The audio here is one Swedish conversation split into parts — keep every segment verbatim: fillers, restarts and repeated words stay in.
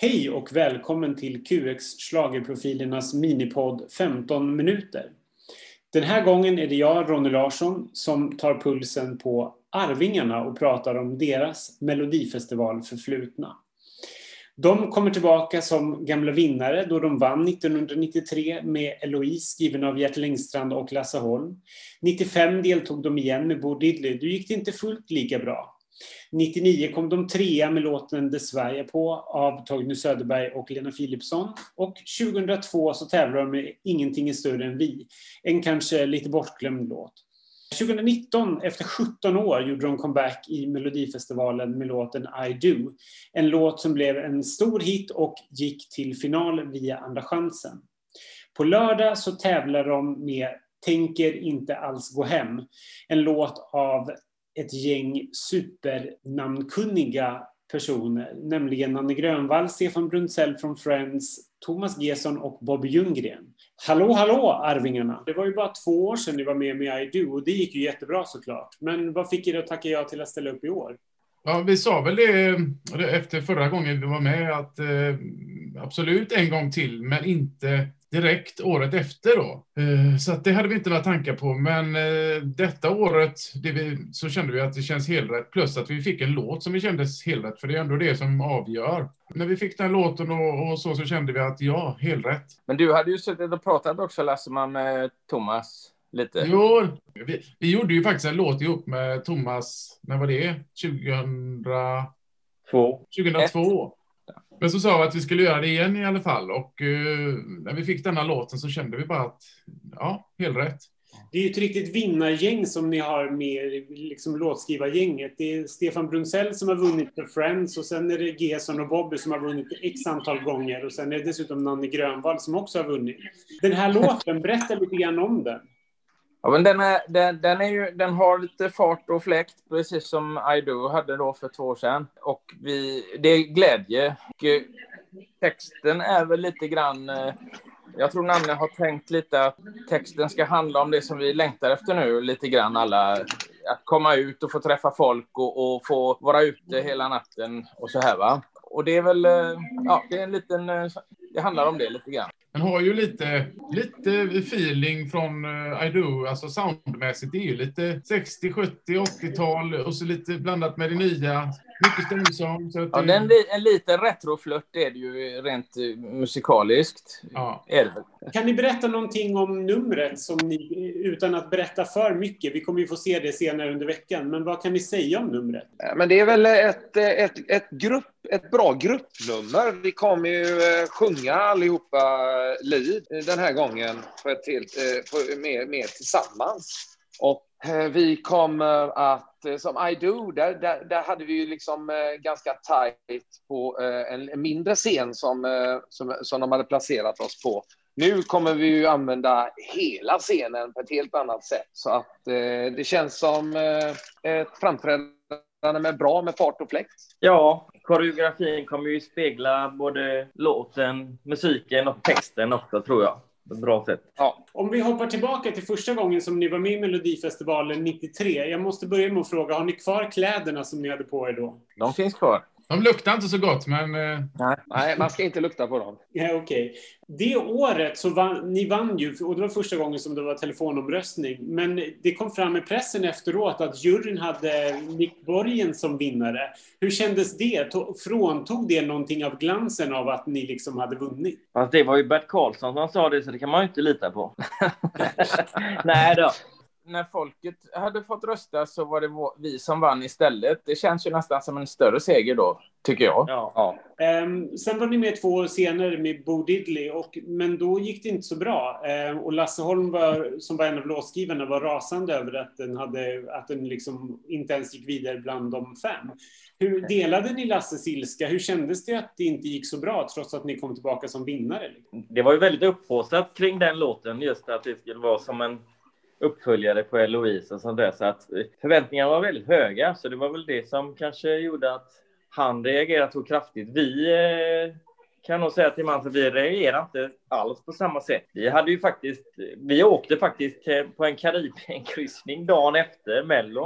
Hej och välkommen till Q X Schlagerprofilernas minipodd femton minuter. Den här gången är det jag, Ronny Larsson, som tar pulsen på Arvingarna och pratar om deras Melodifestival-förflutna. De kommer tillbaka som gamla vinnare då de vann nittonhundranittiotre med Eloise skriven av Gert Längstrand och Lasse Holm. nittiofem deltog de igen med Bo Diddley, då gick det inte fullt lika bra. nittionio kom de trea med låten Det Sverige på av Torgny Söderberg och Lena Philipsson. Och tjugohundratvå så tävlar de med Ingenting är större än vi. En kanske lite bortglömd låt. tjugohundranitton, efter sjutton år, gjorde de comeback i Melodifestivalen med låten I Do. En låt som blev en stor hit och gick till final via Andra chansen. På lördag så tävlar de med Tänker inte alls gå hem. En låt av ett gäng supernamnkunniga personer, nämligen Nanne Grönvall, Stefan Bruntzell från Friends, Thomas Gesson och Bobby Ljunggren. Hallå, hallå Arvingarna! Det var ju bara två år sedan ni var med med I Do och det gick ju jättebra såklart. Men vad fick er att tacka ja till att ställa upp i år? Ja, vi sa väl det efter förra gången vi var med att eh, absolut en gång till, men inte direkt året efter då. Eh, så att det hade vi inte några tankar på, men eh, detta året det vi, så kände vi att det känns helt rätt, plus att vi fick en låt som vi kändes helt rätt, för det är ändå det som avgör. När vi fick den låten och, och så, så kände vi att ja, helt rätt. Men du hade ju suttit och pratat också, Lasseman, med Thomas lite. Jo, vi, vi gjorde ju faktiskt en låt ihop med Thomas, när var det? tjugohundratvå tjugohundratvå Men så sa vi att vi skulle göra det igen i alla fall. Och uh, när vi fick denna låten så kände vi bara att, ja, helt rätt. Det är ju ett riktigt vinnargäng som ni har med, liksom låtskrivargänget. Det är Stefan Bruntzell som har vunnit för Friends och sen är det Gesson och Bobby som har vunnit x antal gånger. Och sen är det dessutom Nanne Grönvall som också har vunnit. Den här låten, berätta lite grann om den. Ja, men den, är, den, den, är ju, den har lite fart och fläkt, precis som I Do hade då för två år sedan. Och vi, det är glädje. Och texten är väl lite grann... Jag tror Nanne har tänkt lite att texten ska handla om det som vi längtar efter nu. Lite grann alla... Att komma ut och få träffa folk och, och få vara ute hela natten och så här, va? Och det är väl... Ja, det är en liten... Det handlar om det lite grann. Den har ju lite, lite feeling från uh, I Do, alltså soundmässigt. Det är ju lite sextio, sjuttio, åttiotal och så lite blandat med det nya. Mycket stämsång. Så att ja, det... en, en liten retroflört är det ju rent uh, musikaliskt. Ja. Är det. Kan ni berätta någonting om numret som ni, utan att berätta för mycket? Vi kommer ju få se det senare under veckan. Men vad kan ni säga om numret? Men det är väl ett, ett, ett, grupp, ett bra gruppnummer. Vi kommer ju sjunga allihopa live den här gången på ett helt, på, med, med tillsammans. Och vi kommer att, som I Do, där, där, där hade vi ju liksom ganska tajt på en, en mindre scen som, som, som de hade placerat oss på. Nu kommer vi ju använda hela scenen på ett helt annat sätt. Så att eh, det känns som eh, ett framträdande med bra med fart och fläkt. Ja, koreografin kommer ju spegla både låten, musiken och texten också, tror jag. På ett bra sätt. Ja. Om vi hoppar tillbaka till första gången som ni var med i Melodifestivalen nittiotre. Jag måste börja med att fråga, har ni kvar kläderna som ni hade på er då? De finns kvar. De luktar inte så gott, men... Nej, Nej man ska inte lukta på dem. Ja, okej. Okay. Det året så vann, ni vann ju, och det var första gången som det var telefonomröstning. Men det kom fram i pressen efteråt att juryn hade Nick Borgen som vinnare. Hur kändes det? Fråntog det någonting av glansen av att ni liksom hade vunnit? Fast det var ju Bert Karlsson som sa det, så det kan man ju inte lita på. Nej då. När folket hade fått rösta så var det vi som vann istället. Det känns ju nästan som en större seger då, tycker jag. Ja. Ja. Um, sen var ni med två år senare med Bo Diddley, och, men då gick det inte så bra. Um, och Lasse Holm, var, som var en av låtskrivarna, var rasande över att den, hade, att den liksom inte ens gick vidare bland de fem. Hur delade ni Lasses ilska? Hur kändes det att det inte gick så bra trots att ni kom tillbaka som vinnare? Det var ju väldigt upphaussat kring den låten, just att det skulle vara som en uppföljare på Eloise och sånt där, så att förväntningarna var väldigt höga, så det var väl det som kanske gjorde att han reagerade så kraftigt. Vi eh, kan nog säga till man att vi reagerade inte alls på samma sätt. Vi hade ju faktiskt, vi åkte faktiskt på en Karibienkryssning dagen efter Mellon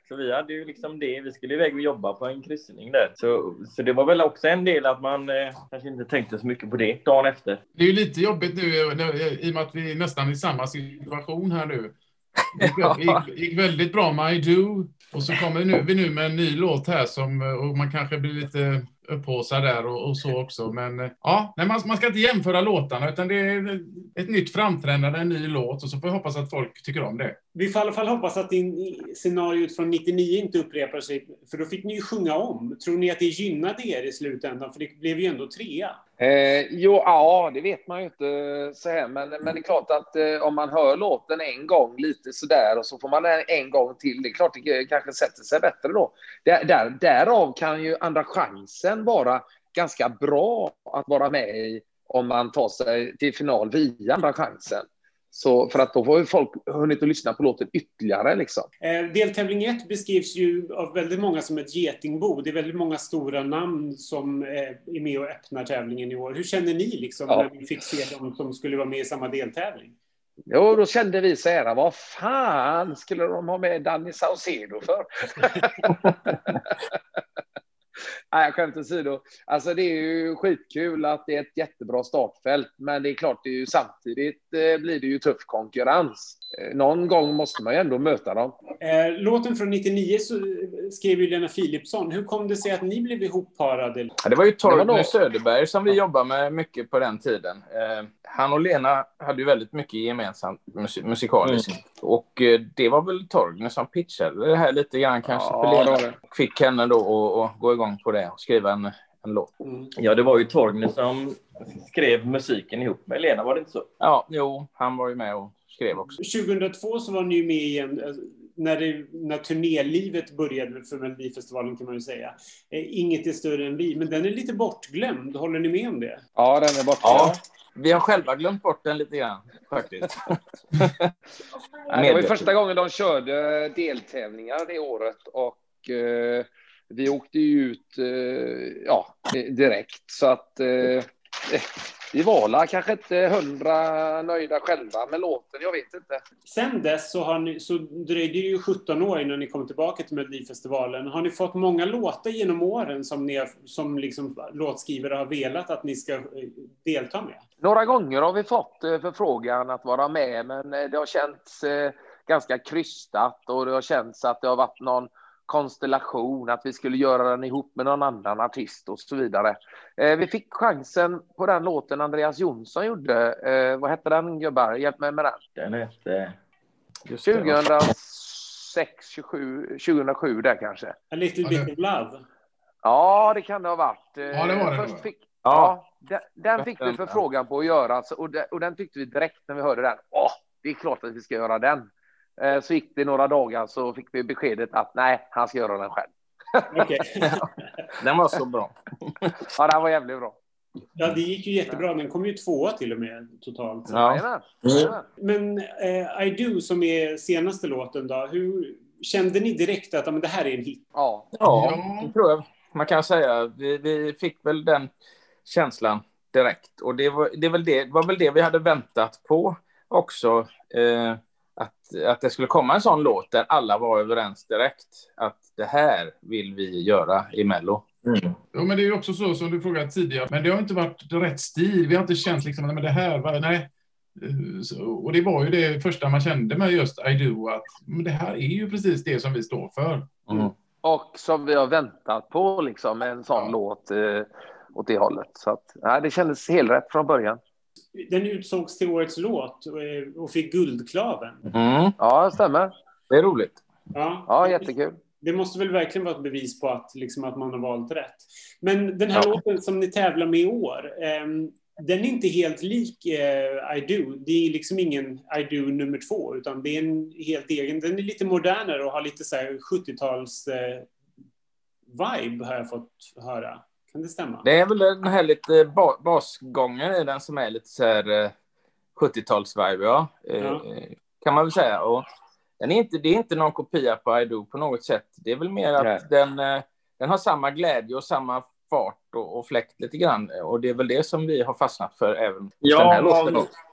Så vi hade ju liksom det, vi skulle iväg och jobba på en kryssning där. Så, så det var väl också en del att man eh, kanske inte tänkte så mycket på det dagen efter. Det är ju lite jobbigt nu i och med att vi är nästan i samma situation här nu. Det gick, gick väldigt bra med I Do. Och så kommer nu, vi nu med en ny låt här som, och man kanske blir lite upphåsad där och, och så också. Men ja, nej, man, man ska inte jämföra låtarna utan det är ett nytt framträdande, en ny låt och så får jag hoppas att folk tycker om det. Vi får i alla fall hoppas att din scenariot från nittionio inte upprepar sig, för då fick ni ju sjunga om. Tror ni att det gynnade er i slutändan? För det blev ju ändå trea. Eh, jo, ja, det vet man ju inte så här, men, men det är klart att eh, om man hör låten en gång lite sådär och så får man en, en gång till, det är klart det kanske sätter sig bättre då. Där, där, därav kan ju Andra chansen vara ganska bra att vara med i om man tar sig till final via Andra chansen. Så för att då får ju folk hunnit att lyssna på låten ytterligare liksom. Eh, deltävling ett beskrivs ju av väldigt många som ett getingbo. Det är väldigt många stora namn som eh, är med och öppnar tävlingen i år. Hur känner ni liksom ja. när ni fick se dem som skulle vara med i samma deltävling? Jo, då kände vi så här, vad fan skulle de ha med Danny Saucedo för? Nej, skämt åsido. Alltså det är ju skitkul att det är ett jättebra startfält, men det är klart det är ju samtidigt eh, blir det ju tuff konkurrens. Eh, någon gång måste man ju ändå möta dem. Eh, låten från nittionio så skrev ju Lena Philipsson. Hur kom det sig att ni blev ihopparade? Ja, det var ju Torgny Söderberg som vi jobbade med mycket på den tiden. Eh, han och Lena hade ju väldigt mycket gemensamt musik- musikaliskt. Mm. Och eh, det var väl Torgny som pitchade det här lite grann kanske ja, för Lena. Det. Fick henne då att gå igång på det och skriva en, en låt. Mm. Ja, det var ju Torgny som skrev musiken ihop med Lena, var det inte så? Ja, jo, han var ju med och skrev också. tjugohundratvå så var ni ju med igen när, det, när turnélivet började för Melodifestivalen kan man ju säga. Inget är större än vi, men den är lite bortglömd. Håller ni med om det? Ja, den är bortglömd. Ja. Vi har själva glömt bort den lite grann, faktiskt. Nej, det var ju första gången de körde deltävlingar det året och eh, vi åkte ju ut eh, ja, direkt. Så att eh, vi var la kanske inte hundra nöjda själva med låten, jag vet inte. Sen dess så, har ni, så dröjde det ju sjutton år innan ni kom tillbaka till Melodifestivalen. Har ni fått många låtar genom åren som, ni har, som liksom låtskrivare har velat att ni ska delta med? Några gånger har vi fått förfrågan att vara med, men det har känts ganska krystat och det har känts att det har varit någon konstellation, att vi skulle göra den ihop med någon annan artist och så vidare. Eh, vi fick chansen på den låten Andreas Jonsson gjorde. Eh, vad hette den, gubbar? Hjälp mig med den. Den hette... tjugohundrasex, tjugosju, tjugohundrasju där kanske. A little bit of love. Ja, det kan det ha varit. Eh, ja, det var det. Först fick, ja, den, den fick vi förfrågan på att göra och, det, och den tyckte vi direkt när vi hörde den. Åh, det är klart att vi ska göra den. Så gick det några dagar så fick vi beskedet att nej, han ska göra den själv. Okay. Den var så bra. Ja, den var jävligt bra. Ja, det gick ju jättebra. Den kom ju tvåa till och med totalt. Ja. Mm. Men eh, I Do som är senaste låten då, hur kände ni direkt att men, det här är en hit? Ja, ja det tror jag man kan säga. Vi, vi fick väl den känslan direkt. Och det var, det, väl det, det var väl det vi hade väntat på också. Eh, Att, att det skulle komma en sån låt där alla var överens direkt att det här vill vi göra i Mello. Mm. Jo, men det är ju också så som du frågade tidigare, men det har inte varit rätt stil. Vi har inte känt liksom att det här var, nej. Så, och det var ju det första man kände med just I Do, att men det här är ju precis det som vi står för. Mm. Och som vi har väntat på liksom en sån ja. låt eh, åt det hållet. Så att, nej, det kändes helt rätt från början. Den utsågs till årets låt och fick Guldklaven. Mm. Ja, det stämmer. Det är roligt. Ja, ja jättekul. Det måste väl verkligen vara ett bevis på att, liksom, att man har valt rätt. Men den här ja. låten som ni tävlar med i år, eh, den är inte helt lik eh, I Do. Det är liksom ingen I Do nummer två, utan det är en helt egen. Den är lite modernare och har lite så här sjuttio-tals eh, vibe har jag fått höra. Kan det stämma? Det är väl den här lite ba- basgången i den som är lite så här eh, sjuttio-tals-vibe, ja. Eh, ja. Kan man väl säga. Och den är inte, det är inte någon kopia på I Do på något sätt. Det är väl mer att ja. den, eh, den har samma glädje och samma fart och, och fläkt lite grann. Och det är väl det som vi har fastnat för även ja, den här låten. Just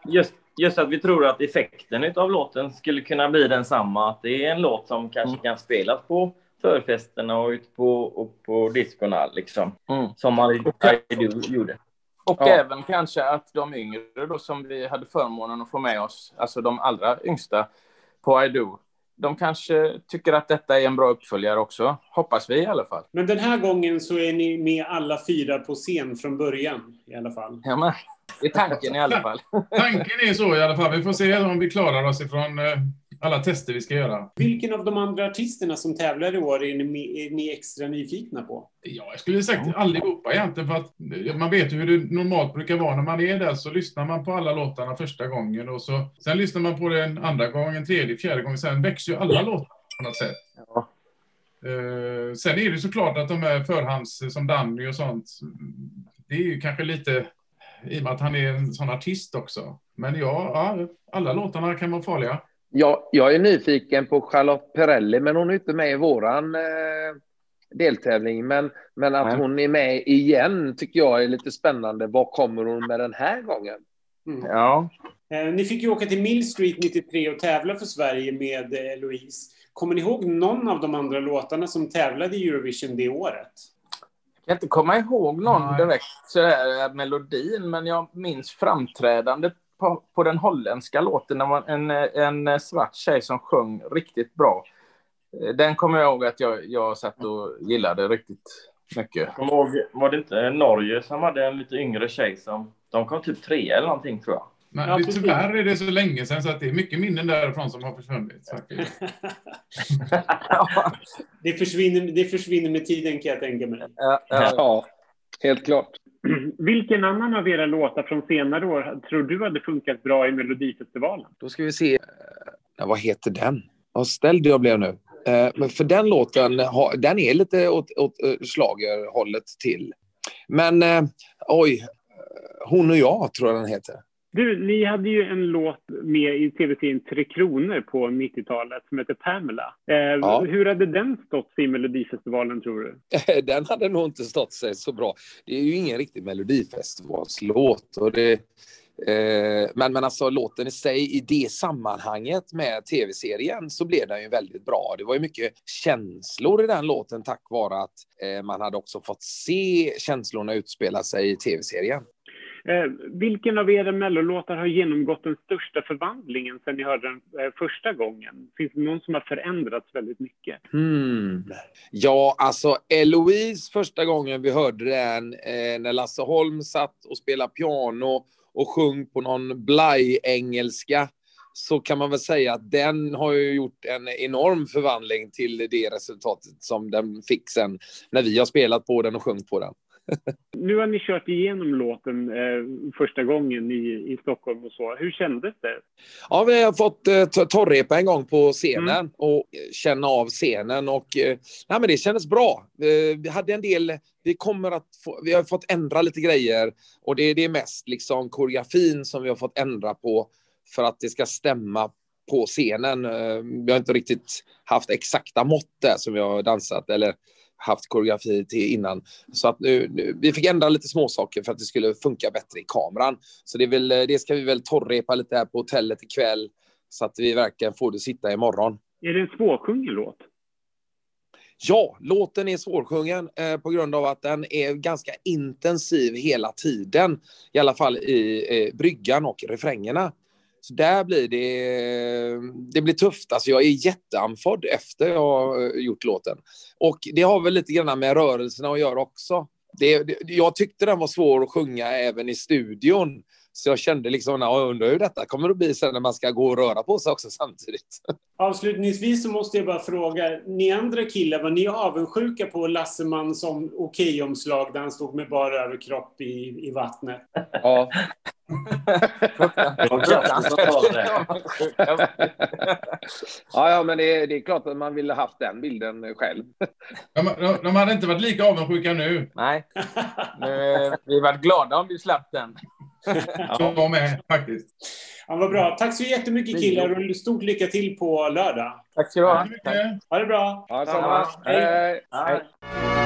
just att vi tror att effekten av låten skulle kunna bli densamma. Att det är en låt som kanske mm. kan spelas på förfesterna och ut på, och på diskorna liksom. Mm. Som man gjorde. Och ja. Även kanske att de yngre då, som vi hade förmånen att få med oss, alltså de allra yngsta på I Do, de kanske tycker att detta är en bra uppföljare också. Hoppas vi i alla fall. Men den här gången så är ni med alla fyra på scen från början i alla fall. Ja, men det är tanken i alla fall. Tanken är så i alla fall. Vi får se om vi klarar oss ifrån eh, alla tester vi ska göra. Vilken av de andra artisterna som tävlar i år är ni, är ni extra nyfikna på? Ja, jag skulle sagt allihopa egentligen, för att man vet ju hur det normalt brukar vara när man är där, så lyssnar man på alla låtarna första gången och så sen lyssnar man på den andra gången, tredje, fjärde gången, sen växer ju alla låtar på något sätt. Ja. Uh, sen är det såklart att de är förhands som Danny och sånt, det är ju kanske lite i och med att han är en sån artist också. Men ja, ja alla låtarna kan vara farliga. Ja, jag är nyfiken på Charlotte Perrelli, men hon är inte med i våran eh, deltävling. Men, men att hon är med igen tycker jag är lite spännande. Vad kommer hon med den här gången? Mm. Ja. Eh, ni fick ju åka till Mill Street nittiotre och tävla för Sverige med eh, Louise. Kommer ni ihåg någon av de andra låtarna som tävlade i Eurovision det året? Jag kan inte komma ihåg någon Nej. direkt sådär, melodin, men jag minns framträdandet På, på den holländska låten. Det var en, en svart tjej som sjöng riktigt bra. Den kommer jag ihåg att jag, jag satt och gillade riktigt mycket. Jag kommer ihåg, var det inte Norge som hade en lite yngre tjej som de kom typ tre eller någonting tror jag. Men ja, tyvärr är det så länge sedan så att det är mycket minnen därifrån som har försvunnit. det, försvinner, det försvinner med tiden kan jag tänka mig. Ja, ja. ja helt klart. Vilken annan av era låtar från senare år tror du hade funkat bra i Melodifestivalen? Då ska vi se. Ja, vad heter den? Vad ställd jag blev nu. Eh, men för den låten, den är lite åt, åt slagerhållet till. Men eh, oj, Hon och jag tror jag den heter. Du, ni hade ju en låt med i tv-serien Tre Kronor på nittiotalet som heter Pamela. Eh, ja. Hur hade den stått sig i Melodifestivalen tror du? Den hade nog inte stått sig så bra. Det är ju ingen riktig Melodifestivalslåt. Och det, eh, men, men alltså låten i sig, i det sammanhanget med tv-serien så blev den ju väldigt bra. Det var ju mycket känslor i den låten tack vare att eh, man hade också fått se känslorna utspela sig i tv-serien. Eh, vilken av era mellolåtar har genomgått den största förvandlingen sedan ni hörde den eh, första gången? Finns det någon som har förändrats väldigt mycket? Hmm. Ja, alltså Eloise första gången vi hörde den eh, när Lasse Holm satt och spelade piano och sjöng på någon blaj-engelska, så kan man väl säga att den har ju gjort en enorm förvandling till det resultatet som den fick sen när vi har spelat på den och sjungit på den. Nu har ni kört igenom låten eh, första gången i, i Stockholm och så. Hur kändes det? Ja, vi har fått eh, torrepa en gång på scenen mm. och känna av scenen och eh, nej, men det kändes bra. Eh, vi hade en del, vi kommer att få, vi har fått ändra lite grejer och det, det är mest liksom koreografin som vi har fått ändra på för att det ska stämma på scenen. Eh, vi har inte riktigt haft exakta mått där som vi har dansat eller haft koreografi till innan. Så att nu, nu, vi fick ändra lite små saker för att det skulle funka bättre i kameran. Så det, är väl, det ska vi väl torrepa lite här på hotellet ikväll så att vi verkligen får det sitta imorgon. Är det en svårsjungen låt? Ja, låten är svårsjungen eh, på grund av att den är ganska intensiv hela tiden. I alla fall i eh, bryggan och refrängerna. Så där blir det, det blir tufft. Alltså jag är jätteanfodd efter jag har gjort låten. Och det har väl lite grann med rörelserna att göra också. Det, det, jag tyckte den var svår att sjunga även i studion. Så jag kände liksom, jag undrar hur detta kommer att bli sen när man ska gå och röra på sig också samtidigt. Avslutningsvis så måste jag bara fråga, ni andra killar, var ni avundsjuka på Lasseman som okej-omslag där han stod med bara överkropp i, i vattnet? Ja. ja, ja, men det är, det är klart att man ville haft den bilden själv. De, de, de hade inte varit lika avundsjuka nu. Nej, nu, vi var glada om vi slapp den. Ja, var med faktiskt. Ja, vad bra. Tack så jättemycket killar och stort lycka till på lördag. Tack så mycket. Ha det bra. Ja, samma. Hej. Hej. Hej.